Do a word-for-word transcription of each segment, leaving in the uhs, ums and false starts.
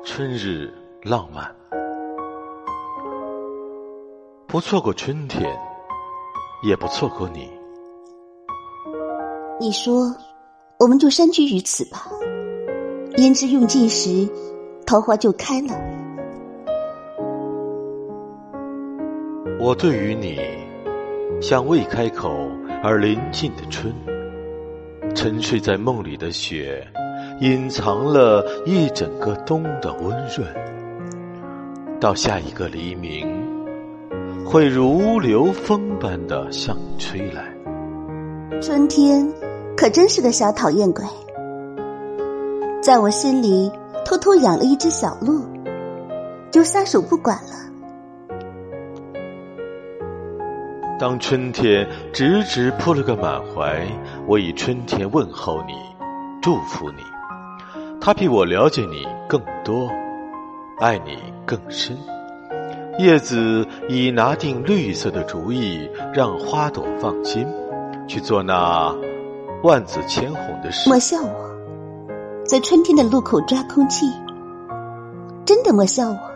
春日浪漫。不错过春天，也不错过你。 你说，我们就山居于此吧。胭脂用尽时，桃花就开了。 我对于你，像未开口而临近的春，沉睡在梦里的雪，隐藏了一整个冬的温润。到下一个黎明，会如流风般的向你吹来。 春天可真是个小讨厌鬼，在我心里偷偷养了一只小鹿，就撒手不管了。 当春天直直扑了个满怀，我以春天问候你，祝福你。它比我了解你更多，爱你更深。叶子已拿定绿色的主意，让花朵放心，去做那万紫千红的事。 莫笑我，在春天的路口抓空气，真的莫笑我。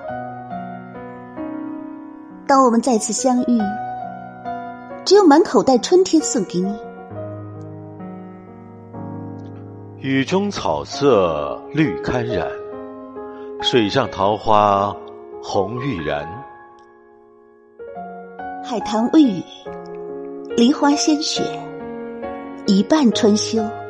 当我们再次相遇，只有满口袋春天送给你。 雨中草色绿堪染，水上桃花红欲燃。 海棠未雨，梨花鲜血，一半春秋。